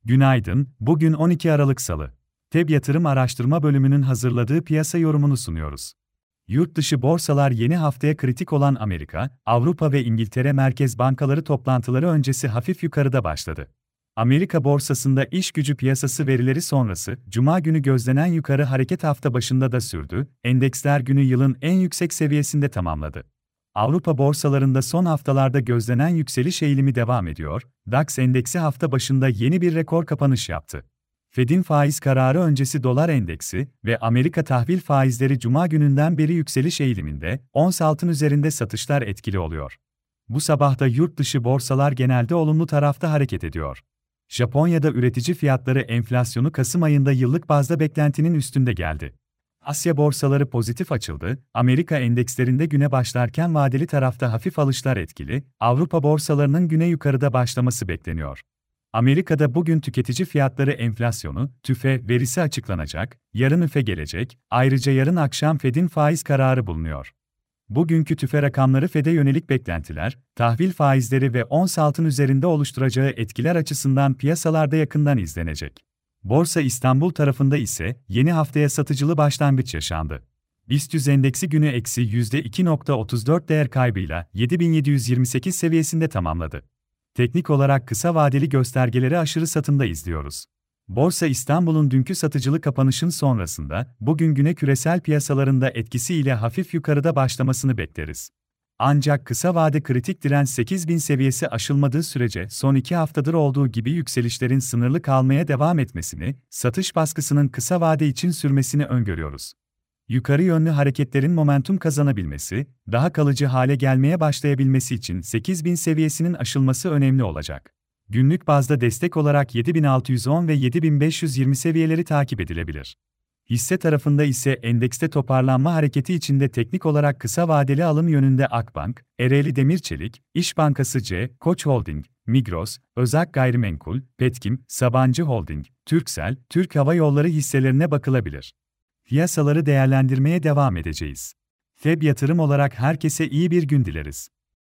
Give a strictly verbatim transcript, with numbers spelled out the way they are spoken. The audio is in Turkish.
Günaydın, bugün on iki Aralık Salı. T E B Yatırım Araştırma Bölümünün hazırladığı piyasa yorumunu sunuyoruz. Yurt dışı borsalar yeni haftaya kritik olan Amerika, Avrupa ve İngiltere merkez bankaları toplantıları öncesi hafif yukarıda başladı. Amerika borsasında iş gücü piyasası verileri sonrası, Cuma günü gözlenen yukarı hareket hafta başında da sürdü, endeksler günü yılın en yüksek seviyesinde tamamladı. Avrupa borsalarında son haftalarda gözlenen yükseliş eğilimi devam ediyor, DAX endeksi hafta başında yeni bir rekor kapanış yaptı. Fed'in faiz kararı öncesi dolar endeksi ve Amerika tahvil faizleri Cuma gününden beri yükseliş eğiliminde, ons altın üzerinde satışlar etkili oluyor. Bu sabah da yurt dışı borsalar genelde olumlu tarafta hareket ediyor. Japonya'da üretici fiyatları enflasyonu Kasım ayında yıllık bazda beklentinin üstünde geldi. Asya borsaları pozitif açıldı, Amerika endekslerinde güne başlarken vadeli tarafta hafif alışlar etkili, Avrupa borsalarının güne yukarıda başlaması bekleniyor. Amerika'da bugün tüketici fiyatları enflasyonu, TÜFE verisi açıklanacak, yarın üfe gelecek, ayrıca yarın akşam Fed'in faiz kararı bulunuyor. Bugünkü TÜFE rakamları Fed'e yönelik beklentiler, tahvil faizleri ve ons altın üzerinde oluşturacağı etkiler açısından piyasalarda yakından izlenecek. Borsa İstanbul tarafında ise yeni haftaya satıcılı başlangıç yaşandı. BIST yüz endeksi günü eksi yüzde iki virgül otuz dört değer kaybıyla yedi bin yedi yüz yirmi sekiz seviyesinde tamamladı. Teknik olarak kısa vadeli göstergeleri aşırı satımda izliyoruz. Borsa İstanbul'un dünkü satıcılı kapanışın sonrasında, bugün güne küresel piyasalarında etkisiyle hafif yukarıda başlamasını bekleriz. Ancak kısa vade kritik direnç sekiz bin seviyesi aşılmadığı sürece son iki haftadır olduğu gibi yükselişlerin sınırlı kalmaya devam etmesini, satış baskısının kısa vade için sürmesini öngörüyoruz. Yukarı yönlü hareketlerin momentum kazanabilmesi, daha kalıcı hale gelmeye başlayabilmesi için sekiz bin seviyesinin aşılması önemli olacak. Günlük bazda destek olarak yedi bin altı yüz on ve yedi bin beş yüz yirmi seviyeleri takip edilebilir. Hisse tarafında ise endekste toparlanma hareketi içinde teknik olarak kısa vadeli alım yönünde Akbank, Ereğli Demirçelik, İş Bankası C, Koç Holding, Migros, Özak Gayrimenkul, Petkim, Sabancı Holding, Turkcell, Türk Hava Yolları hisselerine bakılabilir. Piyasaları değerlendirmeye devam edeceğiz. T E B Yatırım olarak herkese iyi bir gün dileriz.